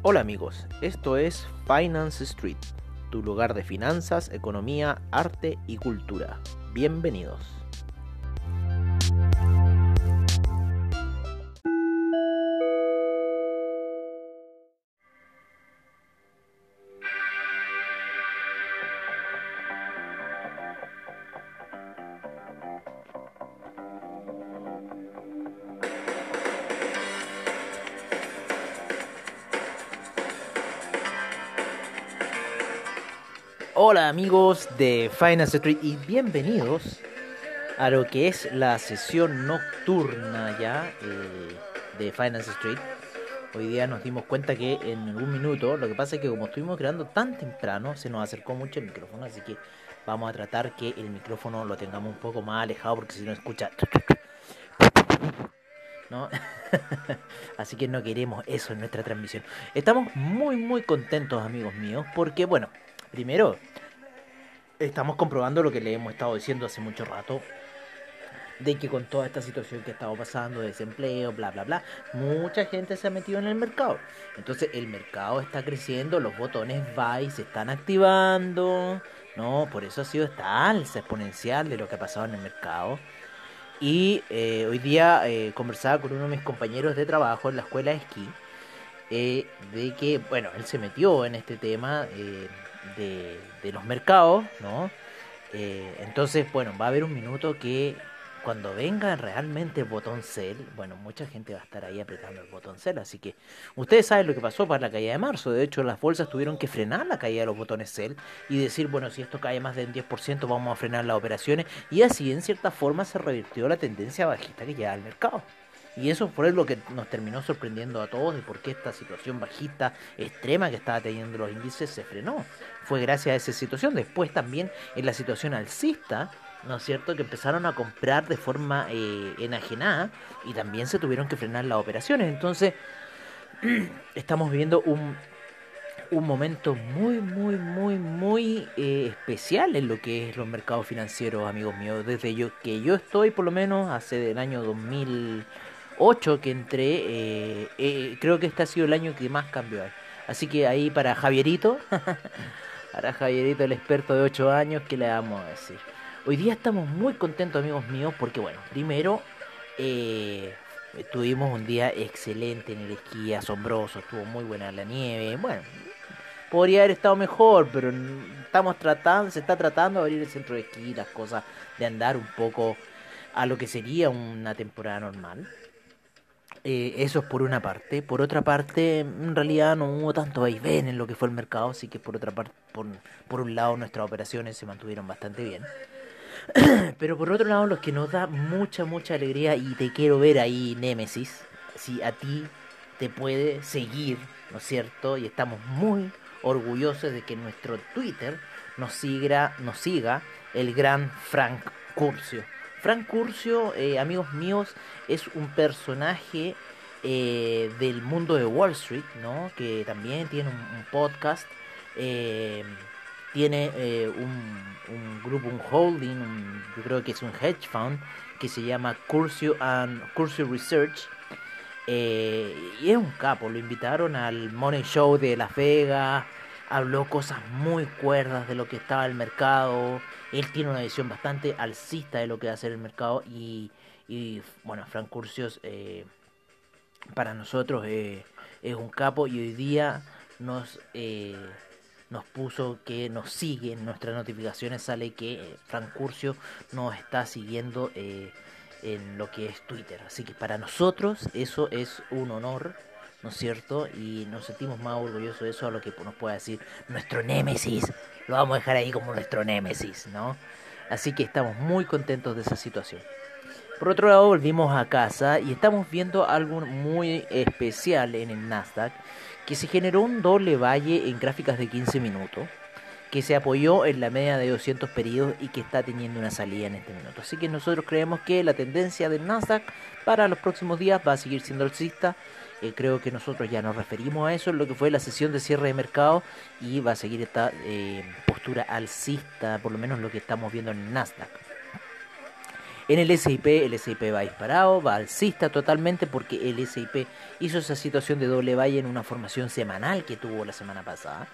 Hola amigos, esto es Finance Street, tu lugar de finanzas, economía, arte y cultura. Bienvenidos. Hola amigos de Finance Street y bienvenidos a lo que es la sesión nocturna ya de Finance Street. Hoy día nos dimos cuenta que en algún minuto, lo que pasa es que como estuvimos grabando tan temprano, se nos acercó mucho el micrófono, así que vamos a tratar que el micrófono lo tengamos un poco más alejado porque si no escucha, ¿no? Así que no queremos eso en nuestra transmisión. Estamos muy contentos, amigos míos, porque bueno, primero estamos comprobando lo que le hemos estado diciendo hace mucho rato, de que con toda esta situación que estamos pasando, de desempleo, bla bla bla, mucha gente se ha metido en el mercado. Entonces el mercado está creciendo, los botones buy se están activando, ¿no? Por eso ha sido esta alza exponencial de lo que ha pasado en el mercado. Y hoy día conversaba con uno de mis compañeros de trabajo en la escuela de esquí, de que, bueno, él se metió en este tema de los mercados, ¿no? Entonces, bueno, va a haber un minuto que cuando venga realmente el botón sell, bueno, mucha gente va a estar ahí apretando el botón sell, así que ustedes saben lo que pasó para la caída de marzo. De hecho, las bolsas tuvieron que frenar la caída de los botones sell y decir, bueno, si esto cae más del 10% vamos a frenar las operaciones, y así en cierta forma se revirtió la tendencia bajista que lleva al mercado. Y eso fue lo que nos terminó sorprendiendo a todos de por qué esta situación bajista extrema que estaba teniendo los índices se frenó. Fue gracias a esa situación. Después también en la situación alcista, ¿no es cierto?, que empezaron a comprar de forma enajenada y también se tuvieron que frenar las operaciones. Entonces estamos viviendo un momento muy especial en lo que es los mercados financieros, amigos míos. Desde que yo estoy, por lo menos, hace el año 2008 que entré, creo que este ha sido el año que más cambió hay. Así que ahí para Javierito, para Javierito, el experto de 8 años, ¿qué le vamos a decir? Hoy día estamos muy contentos, amigos míos, porque bueno, primero eh, tuvimos un día excelente en el esquí, asombroso, estuvo muy buena la nieve. Bueno, podría haber estado mejor, pero estamos tratando, se está tratando de abrir el centro de esquí, las cosas, de andar un poco a lo que sería una temporada normal. Eso es por una parte. Por otra parte, en realidad no hubo tanto vaivén en lo que fue el mercado, así que por otra parte, por un lado nuestras operaciones se mantuvieron bastante bien. Pero por otro lado, lo que nos da mucha alegría, y te quiero ver ahí, Némesis, si a ti te puede seguir, ¿no es cierto? Y estamos muy orgullosos de que en nuestro Twitter nos siga el gran Frank Curcio. Frank Curcio, amigos míos, es un personaje del mundo de Wall Street, ¿no? Que también tiene un podcast. eh, Tiene un grupo, un holding, yo creo que es un hedge fund que se llama Curcio Research. Y es un capo, lo invitaron al Money Show de Las Vegas, habló cosas muy cuerdas de lo que estaba el mercado. Él tiene una visión bastante alcista de lo que va a ser el mercado, y bueno, Frank Curcios, para nosotros es un capo, y hoy día nos, eh, nos puso que nos sigue, en nuestras notificaciones sale que Frank Curcio nos está siguiendo en lo que es Twitter. Así que para nosotros eso es un honor, ¿no es cierto? Y nos sentimos más orgullosos de eso a lo que nos pueda decir nuestro némesis. Lo vamos a dejar ahí como nuestro némesis, ¿no? Así que estamos muy contentos de esa situación. Por otro lado, volvimos a casa y estamos viendo algo muy especial en el Nasdaq, que se generó un doble valle en gráficas de 15 minutos, que se apoyó en la media de 200 periodos y que está teniendo una salida en este minuto. Así que nosotros creemos que la tendencia del Nasdaq para los próximos días va a seguir siendo alcista. Creo que nosotros ya nos referimos a eso en lo que fue la sesión de cierre de mercado, y va a seguir esta postura alcista, por lo menos lo que estamos viendo en el Nasdaq. En el S&P va disparado, va alcista totalmente porque el S&P hizo esa situación de doble valle en una formación semanal que tuvo la semana pasada.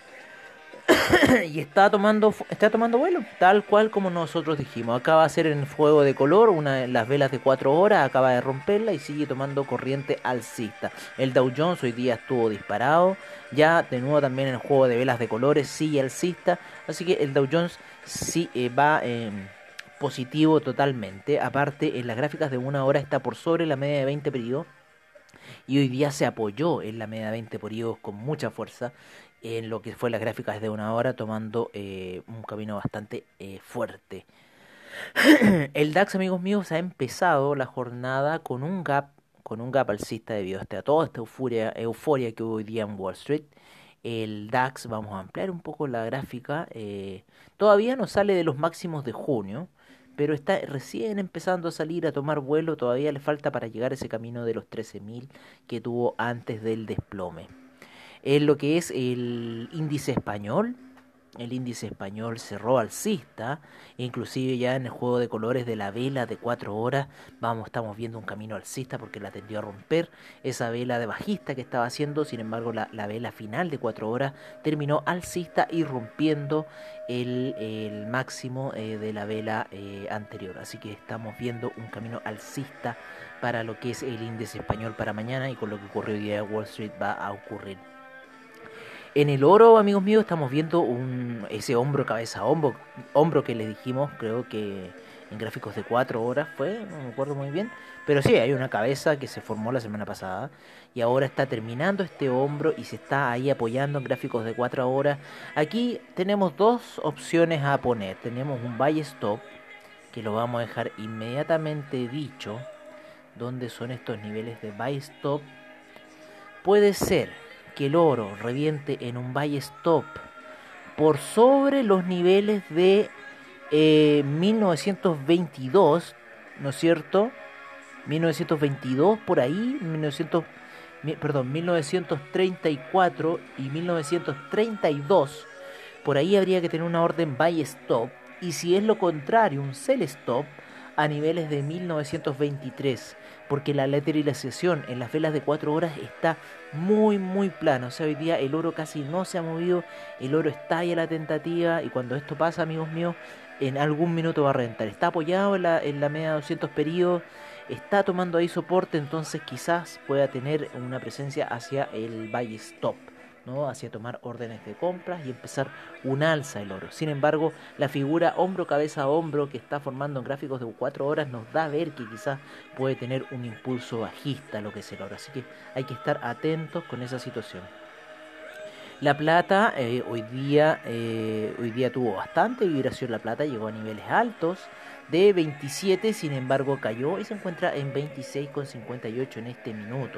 Y está tomando vuelo, tal cual como nosotros dijimos. Acaba de ser en fuego de color, las velas de 4 horas, acaba de romperla y sigue tomando corriente alcista. El Dow Jones hoy día estuvo disparado, ya de nuevo también en el juego de velas de colores sigue alcista, así que el Dow Jones sí va positivo totalmente. Aparte, en las gráficas de 1 hora está por sobre la media de 20 periodos y hoy día se apoyó en la media 20 periodos con mucha fuerza en lo que fue las gráficas de 1 hora, tomando un camino bastante fuerte. El DAX, amigos míos, ha empezado la jornada con un gap alcista debido a toda esta euforia que hubo hoy día en Wall Street. El DAX, vamos a ampliar un poco la gráfica, todavía no sale de los máximos de junio, pero está recién empezando a salir, a tomar vuelo, todavía le falta para llegar a ese camino de los 13.000 que tuvo antes del desplome. En lo que es el índice español cerró alcista, inclusive ya en el juego de colores de la vela de 4 horas, estamos viendo un camino alcista porque la tendió a romper esa vela de bajista que estaba haciendo. Sin embargo, la vela final de 4 horas terminó alcista y rompiendo el máximo de la vela anterior. Así que estamos viendo un camino alcista para lo que es el índice español para mañana, y con lo que ocurrió hoy día en Wall Street va a ocurrir. En el oro, amigos míos, estamos viendo ese hombro, cabeza, hombro que les dijimos, creo que en gráficos de 4 horas fue, no me acuerdo muy bien, pero sí, hay una cabeza que se formó la semana pasada y ahora está terminando este hombro y se está ahí apoyando en gráficos de 4 horas. Aquí tenemos dos opciones a poner. Tenemos un buy stop, que lo vamos a dejar inmediatamente dicho, donde son estos niveles de buy stop. Puede ser que el oro reviente en un buy stop por sobre los niveles de 1922, ¿no es cierto? 1922 por ahí, 1934 y 1932, por ahí habría que tener una orden buy stop, y si es lo contrario, un sell stop a niveles de 1923, porque la lateralización en las velas de 4 horas está muy plana. O sea, hoy día el oro casi no se ha movido, el oro está ahí a la tentativa, y cuando esto pasa, amigos míos, en algún minuto va a reventar. Está apoyado en la media de 200 periodos, está tomando ahí soporte, entonces quizás pueda tener una presencia hacia el buy stop, ¿no? Hacia tomar órdenes de compras y empezar un alza el oro. Sin embargo, la figura hombro, cabeza, hombro que está formando en gráficos de 4 horas nos da a ver que quizás puede tener un impulso bajista lo que es el oro. Así que hay que estar atentos con esa situación. La plata hoy día tuvo bastante vibración. La plata llegó a niveles altos de 27, sin embargo cayó y se encuentra en 26,58 en este minuto.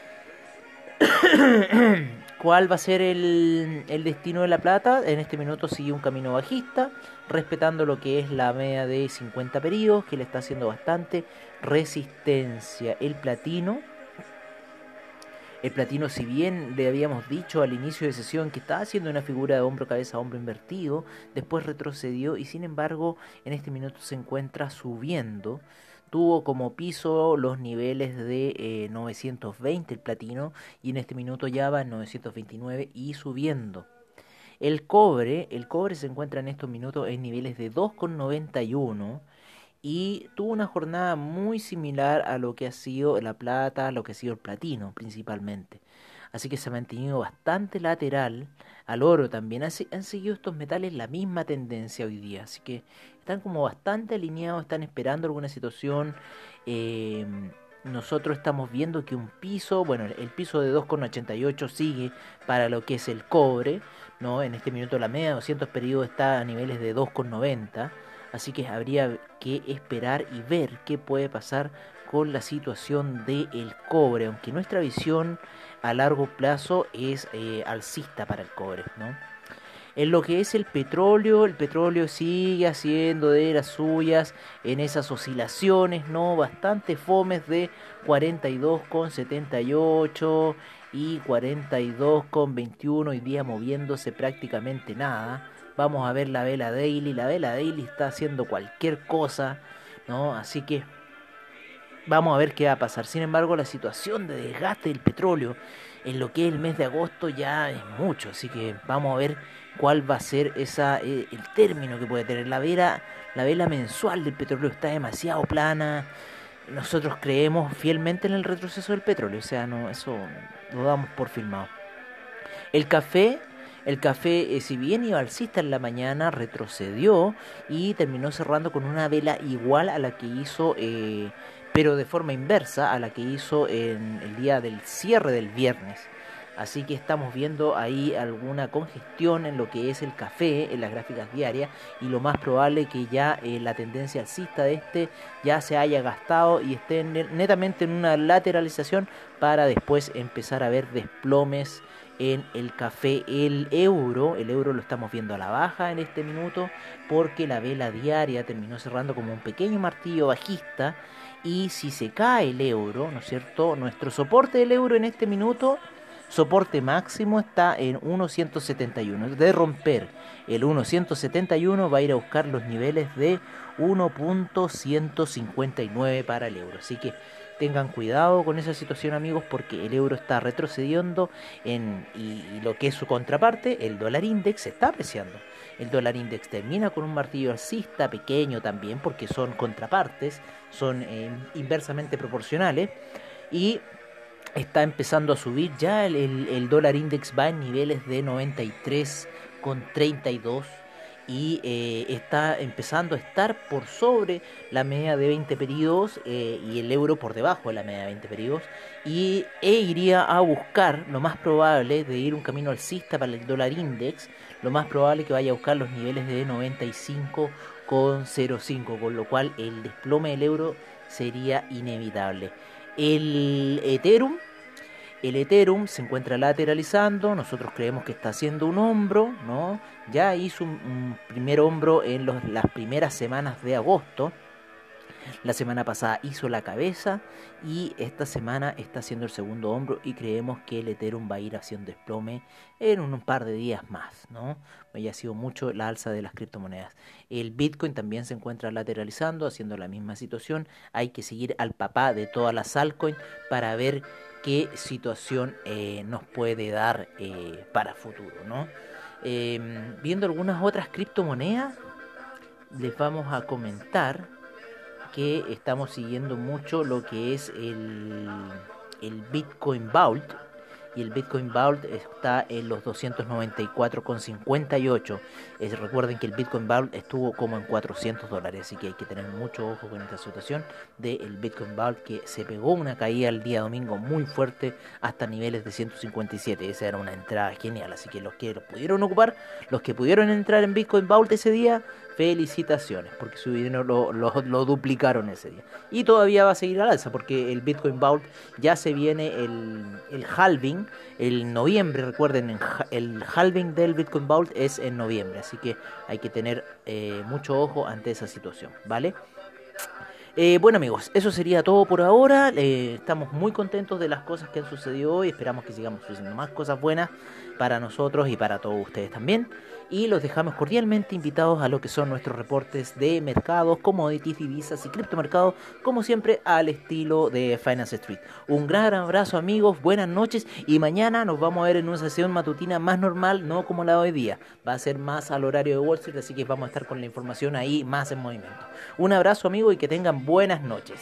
¿Cuál va a ser el destino de la plata? En este minuto sigue un camino bajista, respetando lo que es la media de 50 periodos, que le está haciendo bastante resistencia. El platino, si bien le habíamos dicho al inicio de sesión que estaba haciendo una figura de hombro, cabeza, hombro invertido, después retrocedió y sin embargo en este minuto se encuentra subiendo. Tuvo como piso los niveles de 920 el platino, y en este minuto ya va en 929 y subiendo. El cobre se encuentra en estos minutos en niveles de 2,91 y tuvo una jornada muy similar a lo que ha sido la plata, a lo que ha sido el platino principalmente. Así que se ha mantenido bastante lateral. Al oro también han seguido estos metales la misma tendencia hoy día. Así que están como bastante alineados, están esperando alguna situación. Nosotros estamos viendo que un piso, bueno, el piso de 2,88 sigue para lo que es el cobre, ¿no? En este minuto la media de 200 periodos está a niveles de 2,90. Así que habría que esperar y ver qué puede pasar con la situación del cobre, aunque nuestra visión a largo plazo es alcista para el cobre, ¿no? En lo que es el petróleo sigue haciendo de las suyas en esas oscilaciones, ¿no? Bastante fomes de 42,78 y 42,21, hoy día moviéndose prácticamente nada. Vamos a ver la vela daily está haciendo cualquier cosa, ¿no? Así que vamos a ver qué va a pasar. Sin embargo, la situación de desgaste del petróleo en lo que es el mes de agosto ya es mucho. Así que vamos a ver cuál va a ser el término que puede tener. La vela mensual del petróleo está demasiado plana. Nosotros creemos fielmente en el retroceso del petróleo. O sea, no, eso lo damos por firmado. El café, si bien iba alcista en la mañana, retrocedió y terminó cerrando con una vela igual a la que hizo, pero de forma inversa a la que hizo en el día del cierre del viernes. Así que estamos viendo ahí alguna congestión en lo que es el café, en las gráficas diarias, y lo más probable que ya la tendencia alcista de este ya se haya gastado y esté netamente en una lateralización para después empezar a ver desplomes en el café. El euro lo estamos viendo a la baja en este minuto porque la vela diaria terminó cerrando como un pequeño martillo bajista, y si se cae el euro, ¿no es cierto? Nuestro soporte del euro en este minuto, soporte máximo, está en 1.171. De romper el 1.171 va a ir a buscar los niveles de 1.159 para el euro. Así que tengan cuidado con esa situación, amigos, porque el euro está retrocediendo y lo que es su contraparte, el dólar index, se está apreciando. El dólar index termina con un martillo alcista pequeño también, porque son contrapartes, son inversamente proporcionales, y está empezando a subir. Ya el dólar index va en niveles de 93,32 y está empezando a estar por sobre la media de 20 periodos, y el euro por debajo de la media de 20 periodos, iría a buscar, lo más probable, de ir un camino alcista para el dólar index, lo más probable que vaya a buscar los niveles de 95,05, con lo cual el desplome del euro sería inevitable. El Ethereum se encuentra lateralizando. Nosotros creemos que está haciendo un hombro, ¿no? Ya hizo un primer hombro en las primeras semanas de agosto. La semana pasada hizo la cabeza y esta semana está haciendo el segundo hombro, y creemos que el Ethereum va a ir haciendo desplome en un par de días más, ¿no? Ya ha sido mucho la alza de las criptomonedas. El Bitcoin también se encuentra lateralizando, haciendo la misma situación. Hay que seguir al papá de todas las altcoins para ver qué situación nos puede dar para futuro, ¿no? Viendo algunas otras criptomonedas, les vamos a comentar que estamos siguiendo mucho lo que es el Bitcoin Vault, y el Bitcoin Vault está en los 294,58. Recuerden que el Bitcoin Vault estuvo como en $400, así que hay que tener mucho ojo con esta situación del Bitcoin Vault, que se pegó una caída el día domingo muy fuerte hasta niveles de 157. Esa era una entrada genial, así que los que lo pudieron ocupar, los que pudieron entrar en Bitcoin Vault ese día, felicitaciones, porque su dinero lo duplicaron ese día. Y todavía va a seguir al alza, porque el Bitcoin Vault ya se viene el halving, el noviembre. Recuerden, el halving del Bitcoin Vault es en noviembre, así que hay que tener mucho ojo ante esa situación, ¿vale? Bueno, amigos, eso sería todo por ahora. Estamos muy contentos de las cosas que han sucedido hoy. Esperamos que sigamos sucediendo más cosas buenas para nosotros y para todos ustedes también. Y los dejamos cordialmente invitados a lo que son nuestros reportes de mercados, commodities, divisas y criptomercados, como siempre al estilo de Finance Street. Un gran abrazo, amigos, buenas noches, y mañana nos vamos a ver en una sesión matutina más normal, no como la de hoy día. Va a ser más al horario de Wall Street, así que vamos a estar con la información ahí más en movimiento. Un abrazo, amigos, y que tengan buenas noches.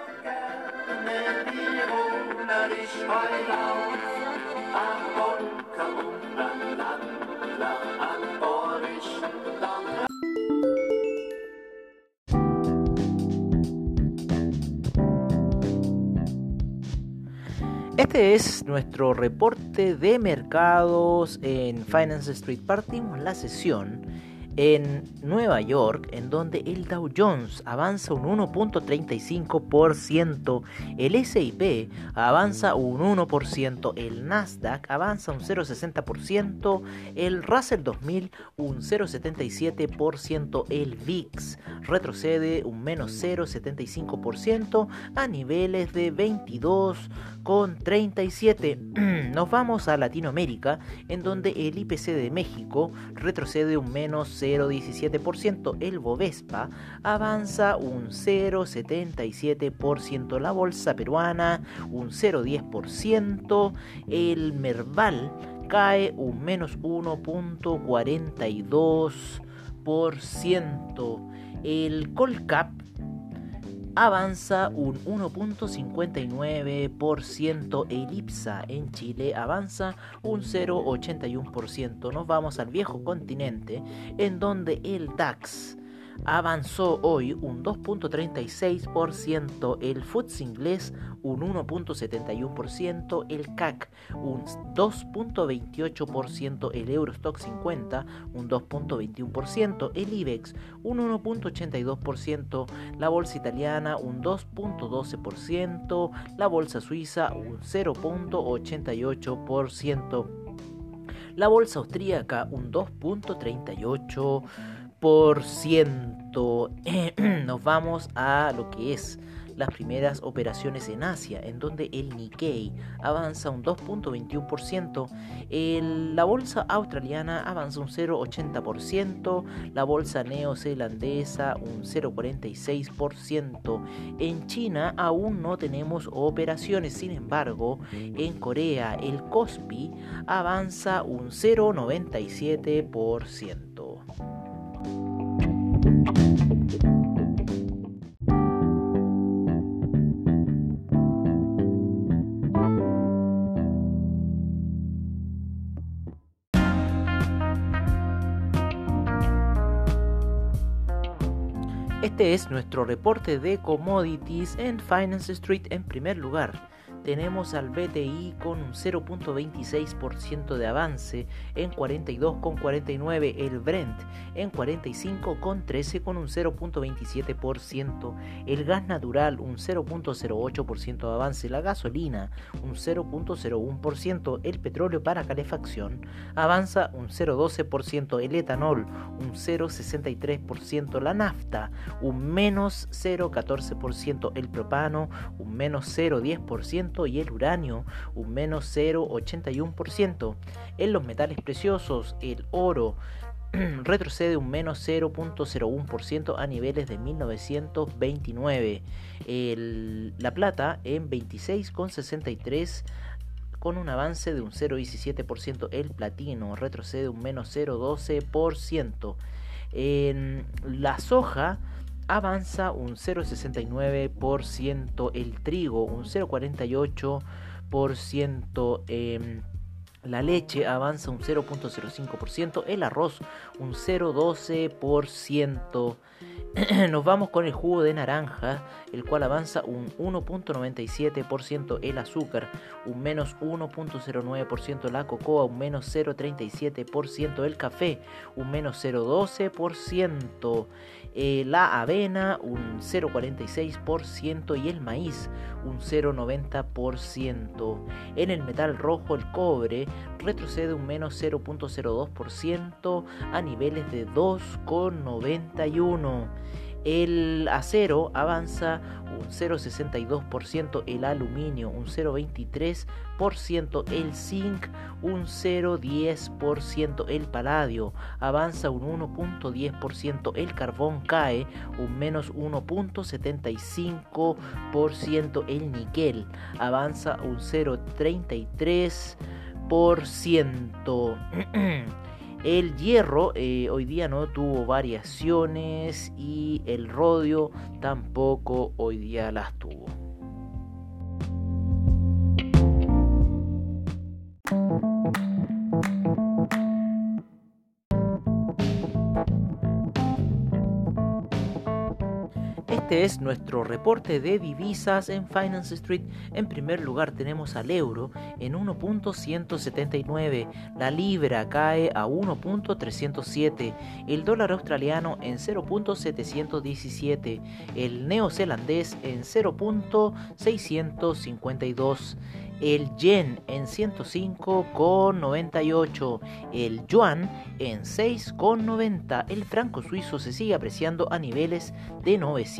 Este es nuestro reporte de mercados en Finance Street. Partimos la sesión en Nueva York, en donde el Dow Jones avanza un 1.35%, el S&P avanza un 1%, el Nasdaq avanza un 0.60%, el Russell 2000 un 0.77%, el VIX retrocede un menos 0.75% a niveles de 22,37. Nos vamos a Latinoamérica, en donde el IPC de México retrocede un menos 0,17%. El Bovespa avanza un 0,77%. La bolsa peruana un 0,10%. El Merval cae un menos 1,42%. El Colcap avanza un 1,59%. El IPSA en Chile avanza un 0,81%. Nos vamos al viejo continente, en donde el DAX avanzó hoy un 2,36%, el FTSE inglés un 1,71%, el CAC un 2,28%, el Eurostock 50 un 2,21%, el IBEX un 1,82%, la bolsa italiana un 2,12%, la bolsa suiza un 0,88%, la bolsa austríaca un 2,38%. Nos vamos a lo que es las primeras operaciones en Asia, en donde el Nikkei avanza un 2,21%, la bolsa australiana avanza un 0,80%, la bolsa neozelandesa un 0,46%. En China aún no tenemos operaciones, sin embargo, en Corea el Kospi avanza un 0,97%. Este es nuestro reporte de commodities en Finance Street. En primer lugar, tenemos al BTI con un 0,26% de avance en 42,49, el Brent en 45,13 con un 0,27%, el gas natural un 0,08% de avance, la gasolina un 0,01%, el petróleo para calefacción avanza un 0,12%, el etanol un 0,63%, la nafta un menos 0,14%, el propano un menos 0,10%, y el uranio un menos 0,81%. En los metales preciosos, el oro retrocede un menos 0,01% a niveles de 1929. La plata en 26,63 con un avance de un 0,17%. El platino retrocede un menos 0,12%. La soja avanza un 0,69%, el trigo un 0,48%, la leche avanza un 0,05%, el arroz un 0,12%. Nos vamos con el jugo de naranja, el cual avanza un 1,97%, el azúcar un menos 1,09%, la cocoa un menos 0,37%, el café un menos 0,12%, la avena un 0,46% y el maíz un 0,90%. En el metal rojo, el cobre retrocede un menos 0,02% a niveles de 2,91. El acero avanza un 0,62%, el aluminio un 0,23%, el zinc un 0,10%, el paladio avanza un 1,10%, el carbón cae un menos 1,75%, el níquel avanza un 0,33%. El hierro hoy día no tuvo variaciones y el rodio tampoco hoy día las tuvo. Este es nuestro reporte de divisas en Finance Street. En primer lugar tenemos al euro en 1,179, la libra cae a 1,307, el dólar australiano en 0,717, el neozelandés en 0,652, el yen en 105,98, el yuan en 6,90, el franco suizo se sigue apreciando a niveles de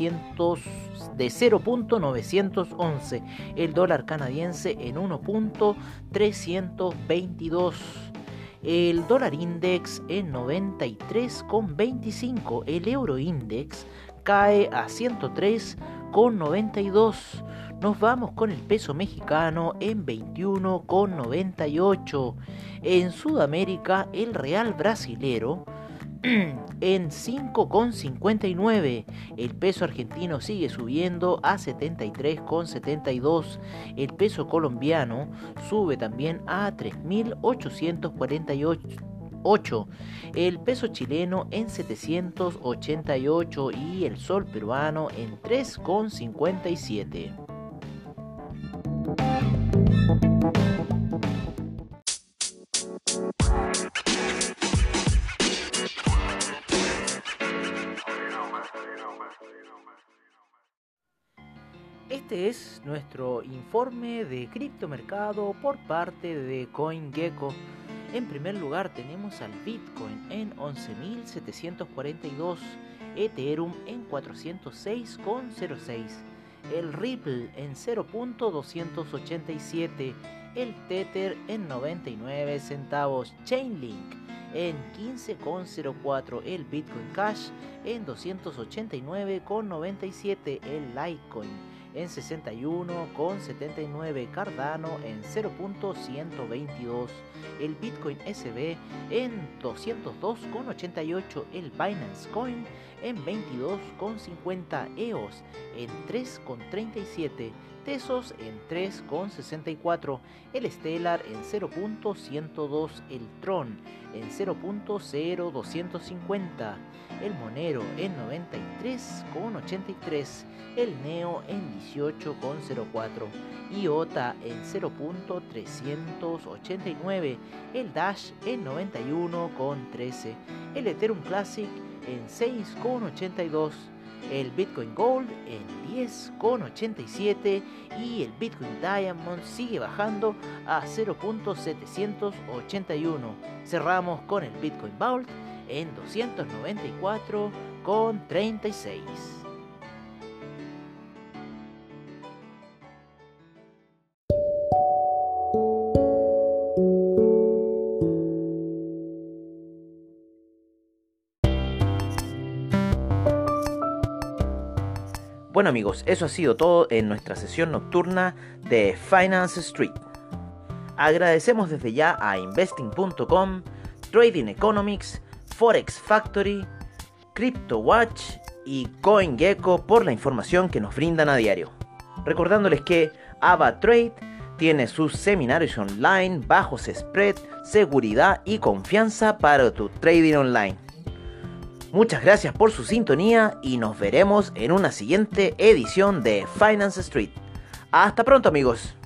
0,911, el dólar canadiense en 1,322. El dólar index en 93,25. El euro index cae a 103,92. Nos vamos con el peso mexicano en 21,98. En Sudamérica, el real brasilero en 5,59. El peso argentino sigue subiendo a 73,72. El peso colombiano sube también a 3.848. El peso chileno en 788 y el sol peruano en 3,57. Este es nuestro informe de criptomercado por parte de CoinGecko. En primer lugar tenemos al Bitcoin en 11.742, Ethereum en 406,06, el Ripple en 0.287, el Tether en 99 centavos, Chainlink en 15,04, el Bitcoin Cash en 289,97, el Litecoin en 61,79, Cardano en 0.122, el Bitcoin SB en 202,88, el Binance Coin en 22,50, EOS en 3,37, Tesos en 3,64, el Stellar en 0.102, el Tron en 0.0250, el Monero en 93,83, el Neo en 18,04, IOTA en 0.389, el Dash en 91,13, el Ethereum Classic en 6,82, el Bitcoin Gold en 10,87 y el Bitcoin Diamond sigue bajando a 0.781. Cerramos con el Bitcoin Vault en 294,36. Bueno amigos, eso ha sido todo en nuestra sesión nocturna de Finance Street. Agradecemos desde ya a Investing.com, Trading Economics, Forex Factory, CryptoWatch y CoinGecko por la información que nos brindan a diario. Recordándoles que AvaTrade tiene sus seminarios online, bajos spread, seguridad y confianza para tu trading online. Muchas gracias por su sintonía y nos veremos en una siguiente edición de Finance Street. Hasta pronto amigos.